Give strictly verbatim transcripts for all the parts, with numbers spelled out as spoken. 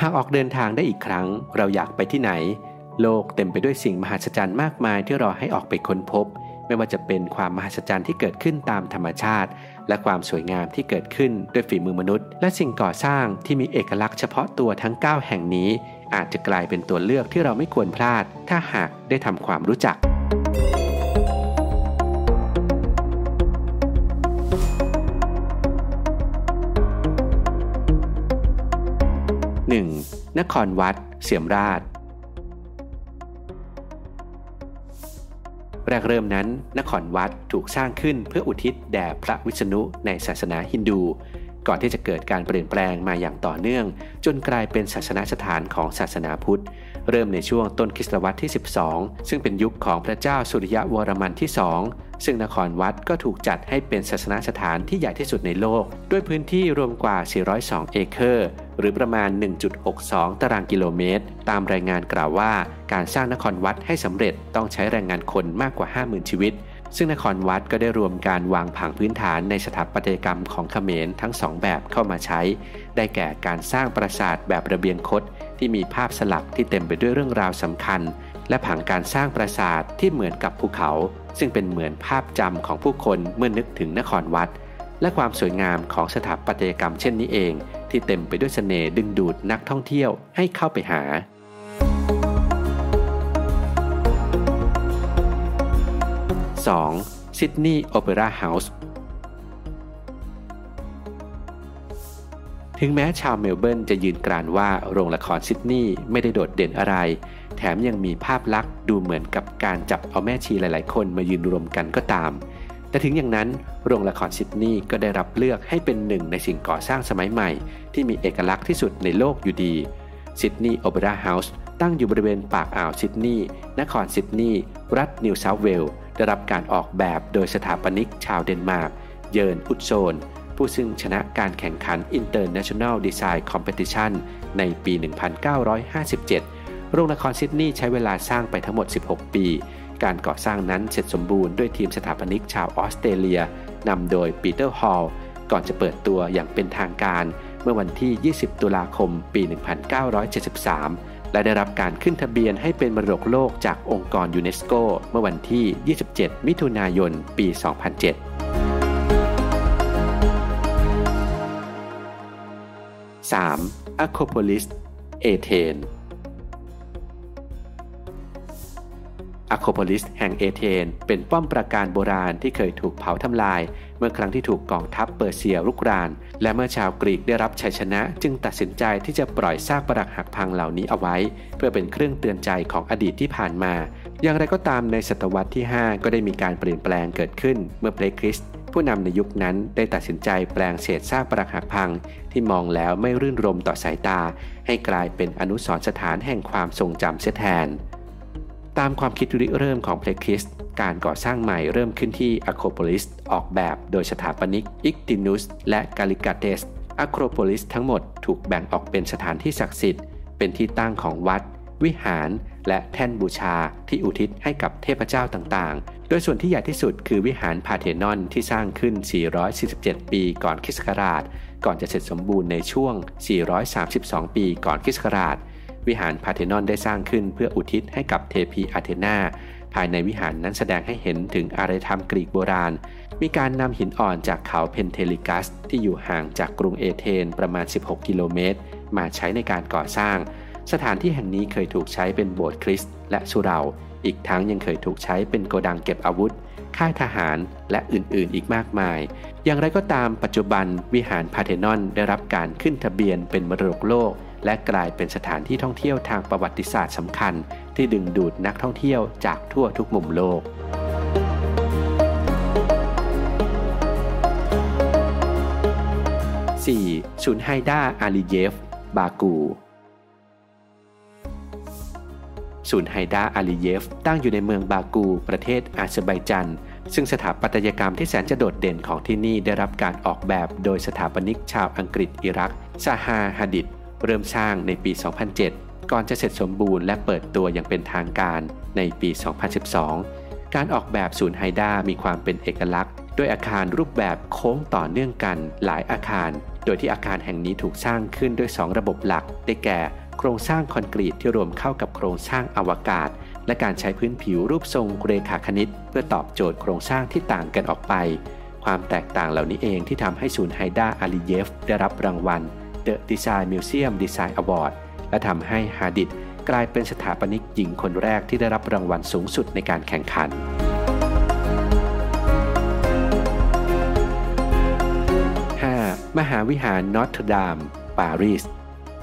ากออกเดินทางได้อีกครั้งเราอยากไปที่ไหนโลกเต็มไปด้วยสิ่งมหัศจรรย์มากมายที่รอให้ออกไปค้นพบไม่ว่าจะเป็นความมหัศจรรย์ที่เกิดขึ้นตามธรรมชาติและความสวยงามที่เกิดขึ้นด้วยฝีมือมนุษย์และสิ่งก่อสร้างที่มีเอกลักษณ์เฉพาะตัวทั้งเก้าแห่งนี้อาจจะกลายเป็นตัวเลือกที่เราไม่ควรพลาดถ้าหากได้ทำความรู้จักหนึ่ง นครวัดเสียมราชแรกเริ่มนั้นนครวัดถูกสร้างขึ้นเพื่ออุทิศแด่พระวิษณุในศาสนาฮินดูก่อนที่จะเกิดการเปลี่ยนแปลงมาอย่างต่อเนื่องจนกลายเป็นศาสนสถานของศาสนาพุทธเริ่มในช่วงต้นคริสตวรรษที่สิบสองซึ่งเป็นยุคของพระเจ้าสุริยวรมันที่สองซึ่งนครวัดก็ถูกจัดให้เป็นศาสนสถานที่ใหญ่ที่สุดในโลกด้วยพื้นที่รวมกว่าสี่ร้อยสองเอเคอร์หรือประมาณ หนึ่งจุดหกสอง ตารางกิโลเมตรตามรายงานกล่าวว่าการสร้างนครวัดให้สำเร็จต้องใช้แรงงานคนมากกว่า ห้าหมื่น ชีวิตซึ่งนครวัดก็ได้รวมการวางผังพื้นฐานในสถาปัตยกรรมของเขมรทั้งสองแบบเข้ามาใช้ได้แก่การสร้างปราสาทแบบระเบียงคดที่มีภาพสลักที่เต็มไปด้วยเรื่องราวสำคัญและผังการสร้างปราสาทที่เหมือนกับภูเขาซึ่งเป็นเหมือนภาพจำของผู้คนเมื่อนึกถึงนครวัดและความสวยงามของสถาปัตยกรรมเช่นนี้เองที่เต็มไปด้วยเสน่ห์ดึงดูดนักท่องเที่ยวให้เข้าไปหาสอง ซิดนีย์โอเปร่าเฮาส์ถึงแม้ชาวเมลเบิร์นจะยืนกรานว่าโรงละครซิดนีย์ไม่ได้โดดเด่นอะไรแถมยังมีภาพลักษณ์ดูเหมือนกับการจับเอาแม่ชีหลายๆคนมายืนรวมกันก็ตามแต่ถึงอย่างนั้นโรงละครซิดนีย์ก็ได้รับเลือกให้เป็นหนึ่งในสิ่งก่อสร้างสมัยใหม่ที่มีเอกลักษณ์ที่สุดในโลกอยู่ดีซิดนีย์โอเปร่าเฮาส์ตั้งอยู่บริเวณปากอ่าวซิดนีย์นครซิดนีย์รัฐนิวเซาท์เวลส์ได้รับการออกแบบโดยสถาปนิกชาวเดนมาร์กเยิร์นอุดโซนผู้ซึ่งชนะการแข่งขัน International Design Competition ในปี หนึ่งพันเก้าร้อยห้าสิบเจ็ด โรงละครซิดนีย์ใช้เวลาสร้างไปทั้งหมดสิบหกปีการก่อสร้างนั้นเสร็จสมบูรณ์ด้วยทีมสถาปนิกชาวออสเตรเลียนำโดยปีเตอร์ฮอลล์ก่อนจะเปิดตัวอย่างเป็นทางการเมื่อวันที่ยี่สิบตุลาคมปี หนึ่งพันเก้าร้อยเจ็ดสิบสามและได้รับการขึ้นทะเบียนให้เป็นมรดกโลกจากองค์กรยูเนสโกเมื่อวันที่ยี่สิบเจ็ดมิถุนายนปี สองพันเจ็ด สาม อะโครโพลิส เอเธนอะโครโพลิสแห่งเอเธนเป็นป้อมปราการโบราณที่เคยถูกเผาทำลายเมื่อครั้งที่ถูกกองทัพเปอร์เซียรุกรานและเมื่อชาวกรีกได้รับชัยชนะจึงตัดสินใจที่จะปล่อยซากปรักหักพังเหล่านี้เอาไว้เพื่อเป็นเครื่องเตือนใจของอดีตที่ผ่านมาอย่างไรก็ตามในศตวรรษที่ห้าก็ได้มีการเปลี่ยนแปลงเกิดขึ้นเมื่อเพลคริสต์ผู้นำในยุคนั้นได้ตัดสินใจแปลงเศษซากปรักหักพังที่มองแล้วไม่รื่นรมต่อสายตาให้กลายเป็นอนุสรณ์สถานแห่งความทรงจำเสียแทนตามความคิดริเริ่มของเพลคริสต์การก่อสร้างใหม่เริ่มขึ้นที่อะโครโพลิสออกแบบโดยสถาปนิกอิกตินุสและกาลิกาเตสอะโครโพลิสทั้งหมดถูกแบ่งออกเป็นสถานที่ศักดิ์สิทธิ์เป็นที่ตั้งของวัดวิหารและแท่นบูชาที่อุทิศให้กับเทพเจ้าต่างๆโดยส่วนที่ใหญ่ที่สุดคือวิหารพาเทนอนที่สร้างขึ้นสี่ร้อยสี่สิบเจ็ดปีก่อนคริสต์ศักราชก่อนจะเสร็จสมบูรณ์ในช่วงสี่ร้อยสามสิบสองปีก่อนคริสต์ศักราชวิหารพาเทนอนได้สร้างขึ้นเพื่ออุทิศให้กับเทพีอาเธนาภายในวิหารนั้นแสดงให้เห็นถึงอารยธรรมกรีกโบราณมีการนำหินอ่อนจากเขาเพนเทลิกัสที่อยู่ห่างจากกรุงเอเธนประมาณสิบหกกิโลเมตรมาใช้ในการก่อสร้างสถานที่แห่งนี้เคยถูกใช้เป็นโบสถ์คริสต์และสุเหร่าอีกทั้งยังเคยถูกใช้เป็นโกดังเก็บอาวุธค่ายทหารและอื่นๆอีกมากมายอย่างไรก็ตามปัจจุบันวิหารพาเทนอนได้รับการขึ้นทะเบียนเป็นมรดกโลกและกลายเป็นสถานที่ท่องเที่ยวทางประวัติศาสตร์สำคัญที่ดึงดูดนักท่องเที่ยวจากทั่วทุกมุมโลก สี่. ศูนย์ไฮดาอาลีเยฟบากูศูนย์ไฮดาอาลีเยฟตั้งอยู่ในเมืองบากูประเทศอาเซอร์ไบจันซึ่งสถาปัตยกรรมที่แสนจะโดดเด่นของที่นี่ได้รับการออกแบบโดยสถาปนิกชาวอังกฤษอิรักซาฮาฮาดิดเริ่มสร้างในปี สองพันเจ็ด ก่อนจะเสร็จสมบูรณ์และเปิดตัวอย่างเป็นทางการในปี สองพันสิบสอง การออกแบบศูนย์ไฮดามีความเป็นเอกลักษณ์ด้วยอาคารรูปแบบโค้งต่อเนื่องกันหลายอาคารโดยที่อาคารแห่งนี้ถูกสร้างขึ้นด้วยสองระบบหลักได้แก่โครงสร้างคอนกรีตที่รวมเข้ากับโครงสร้างอวกาศและการใช้พื้นผิวรูปทรงเรขาคณิตเพื่อตอบโจทย์โครงสร้างที่ต่างกันออกไปความแตกต่างเหล่านี้เองที่ทำให้ศูนย์ไฮดาอาลีเยฟได้รับรางวัล The Design Museum Design Award และทำให้ฮาดิดกลายเป็นสถาปนิกหญิงคนแรกที่ได้รับรางวัลสูงสุดในการแข่งขันห้ามหาวิหารนอตเทอร์ดามปารีส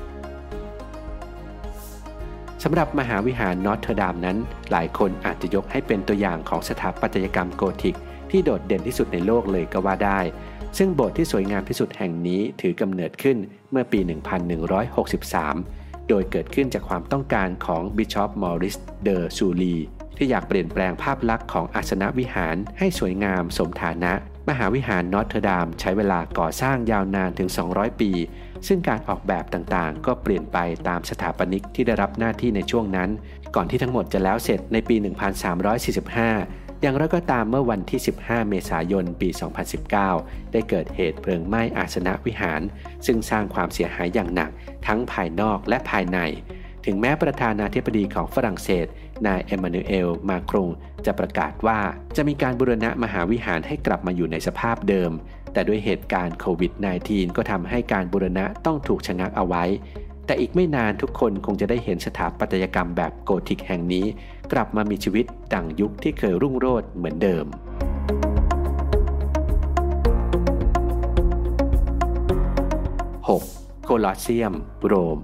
สำหรับมหาวิหารนอตเทอร์ดามนั้นหลายคนอาจจะยกให้เป็นตัวอย่างของสถาปัตยกรรมโกธิกที่โดดเด่นที่สุดในโลกเลยก็ว่าได้ซึ่งโบสถ์ที่สวยงามที่สุดแห่งนี้ถือกำเนิดขึ้นเมื่อปี หนึ่งพันหนึ่งร้อยหกสิบสาม โดยเกิดขึ้นจากความต้องการของบิชอปมอริสเดอซูลีที่อยากเปลี่ยนแปลงภาพลักษณ์ของอาสนวิหารให้สวยงามสมฐานะมหาวิหารนอตเทอร์ดามใช้เวลาก่อสร้างยาวนานถึงสองร้อยปีซึ่งการออกแบบต่างๆก็เปลี่ยนไปตามสถาปนิกที่ได้รับหน้าที่ในช่วงนั้นก่อนที่ทั้งหมดจะแล้วเสร็จในปี หนึ่งพันสามร้อยสี่สิบห้า อย่างไรก็ตามเมื่อวันที่ สิบห้า เมษายน ปี สองพันสิบเก้า ได้เกิดเหตุเพลิงไหม้อาสนวิหารซึ่งสร้างความเสียหายอย่างหนักทั้งภายนอกและภายในถึงแม้ประธานาธิบดีของฝรั่งเศสนายเอมานูเอลมาครงจะประกาศว่าจะมีการบูรณะมหาวิหารให้กลับมาอยู่ในสภาพเดิมแต่ด้วยเหตุการณ์โควิด สิบเก้า ก็ทำให้การบูรณะต้องถูกชะงักเอาไว้แต่อีกไม่นานทุกคนคงจะได้เห็นสถาปัตยกรรมแบบโกธิกแห่งนี้กลับมามีชีวิตดั่งยุคที่เคยรุ่งโรจน์เหมือนเดิม หก. โคลอสเซียมโรม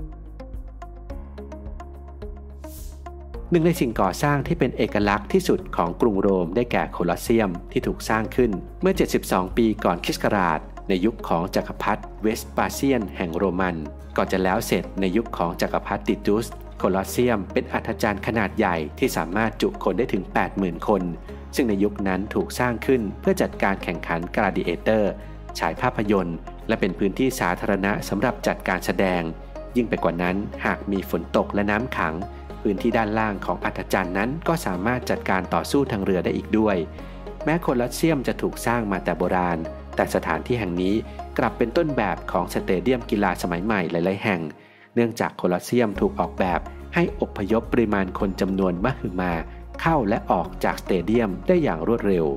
หนึ่งในสิ่งก่อสร้างที่เป็นเอกลักษณ์ที่สุดของกรุงโรมได้แก่โคลอสเซียมที่ถูกสร้างขึ้นเมื่อเจ็ดสิบสองปีก่อนคริสต์ศักราชในยุคของจักรพรรดิเวสปาเซียนแห่งโรมันก่อนจะแล้วเสร็จในยุคของจักรพรรดิติตุสโคลอสเซียมเป็นอาคารขนาดใหญ่ที่สามารถจุคนได้ถึง แปดหมื่น คนซึ่งในยุคนั้นถูกสร้างขึ้นเพื่อจัดการแข่งขันกลาดิเอเตอร์ฉายภาพยนตร์และเป็นพื้นที่สาธารณะสำหรับจัดการแสดงยิ่งไปกว่านั้นหากมีฝนตกและน้ำขังพื้นที่ด้านล่างของอัฐจันทร์นั้นก็สามารถจัดการต่อสู้ทางเรือได้อีกด้วยแม้โคลอสเซียมจะถูกสร้างมาแต่โบราณแต่สถานที่แห่งนี้กลับเป็นต้นแบบของสเตเดียมกีฬาสมัยใหม่หลายๆแห่งเนื่องจากโคลอสเซียมถูกออกแบบให้อพยพปริมาณคนจำนวนมหึมาเข้าและออกจากสเตเดียมได้อย่างรวดเร็ว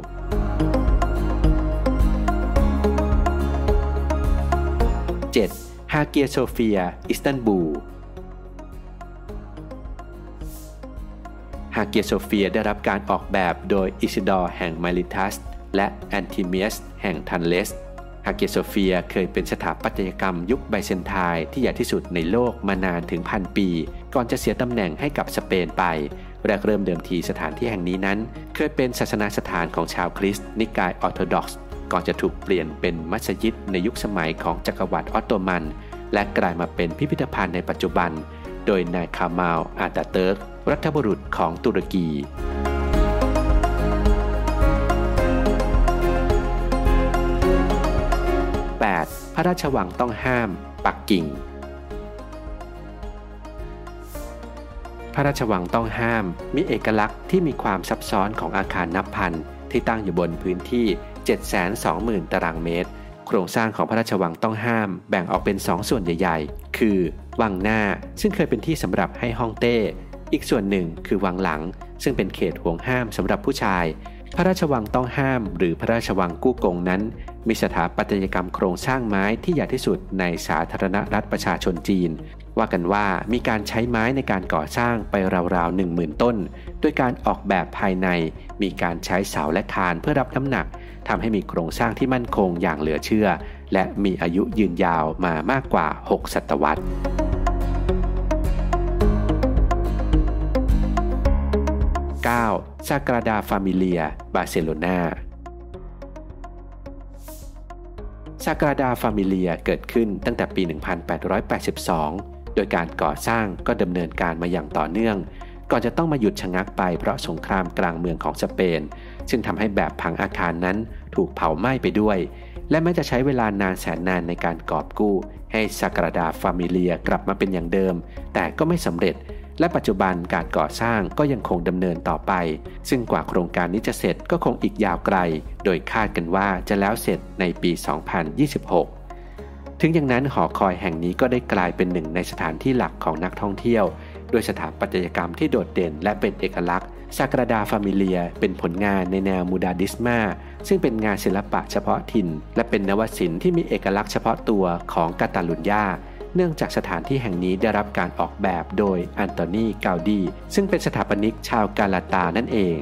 เจ็ด. ฮาเกียโซเฟียอิสตันบูลฮาเกียโซเฟียได้รับการออกแบบโดยอิซิดอร์แห่งไมลิทัสและแอนติเมียสแห่งทันเลสฮาเกียโซเฟียเคยเป็นสถาปัตยกรรมยุคไบเซนไทน์ที่ใหญ่ที่สุดในโลกมานานถึงพันปีก่อนจะเสียตำแหน่งให้กับสเปนไปแรกเริ่มเดิมทีสถานที่แห่งนี้นั้นเคยเป็นศาสนาสถานของชาวคริสต์นิกายออร์โธดอกซ์ก่อนจะถูกเปลี่ยนเป็นมัสยิดในยุคสมัยของจักรวรรดิออตโตมันและกลายมาเป็นพิพิธภัณฑ์ในปัจจุบันโดยนายคามาลอาตาเติร์กรัฐบุรุษของตุรกี แปด. พระราชวังต้องห้ามปักกิ่งพระราชวังต้องห้ามมีเอกลักษณ์ที่มีความซับซ้อนของอาคารนับพันที่ตั้งอยู่บนพื้นที่ เจ็ดแสนสองหมื่น ตารางเมตรโครงสร้างของพระราชวังต้องห้ามแบ่งออกเป็นสองส่วนใหญ่ๆคือวังหน้าซึ่งเคยเป็นที่สำหรับให้ฮ่องเต้อีกส่วนหนึ่งคือวังหลังซึ่งเป็นเขตห่วงห้ามสำหรับผู้ชายพระราชวังต้องห้ามหรือพระราชวังกู้กงนั้นมีสถาปัตยกรรมโครงสร้างไม้ที่ใหญ่ที่สุดในสาธารณรัฐประชาชนจีนว่ากันว่ามีการใช้ไม้ในการก่อสร้างไปราวๆ หนึ่งหมื่น ต้นโดยการออกแบบภายในมีการใช้เสาและคานเพื่อรับน้ำหนักทำให้มีโครงสร้างที่มั่นคงอย่างเหลือเชื่อและมีอายุยืนยาวมามากกว่าหกศตวรรษเก้า. ซากราดาฟามิเลียบาร์เซโลนาซากราดาฟามิเลียเกิดขึ้นตั้งแต่ปี หนึ่งพันแปดร้อยแปดสิบสอง โดยการก่อสร้างก็ดำเนินการมาอย่างต่อเนื่องก่อนจะต้องมาหยุดชะงักไปเพราะสงครามกลางเมืองของสเปนซึ่งทำให้แบบผังอาคารนั้นถูกเผาไหม้ไปด้วยและแม้จะใช้เวลานานแสนนานในการกอบกู้ให้ซากราดาฟามิเลียกลับมาเป็นอย่างเดิมแต่ก็ไม่สำเร็จและปัจจุบันการก่อสร้างก็ยังคงดำเนินต่อไปซึ่งกว่าโครงการนี้จะเสร็จก็คงอีกยาวไกลโดยคาดกันว่าจะแล้วเสร็จในปี สองพันยี่สิบหกถึงอย่างนั้นหอคอยแห่งนี้ก็ได้กลายเป็นหนึ่งในสถานที่หลักของนักท่องเที่ยวด้วยสถาปัตยกรรมที่โดดเด่นและเป็นเอกลักษณ์ซากราดาฟามิเลียเป็นผลงานในแนวมูดาดิสมาซึ่งเป็นงานศิลปะเฉพาะถิ่นและเป็นนวศิลป์ที่มีเอกลักษณ์เฉพาะตัวของกาตาลุญญาเนื่องจากสถานที่แห่งนี้ได้รับการออกแบบโดยอันโตนีกาดีซึ่งเป็นสถาปนิกชาวกาลาตานั่นเอง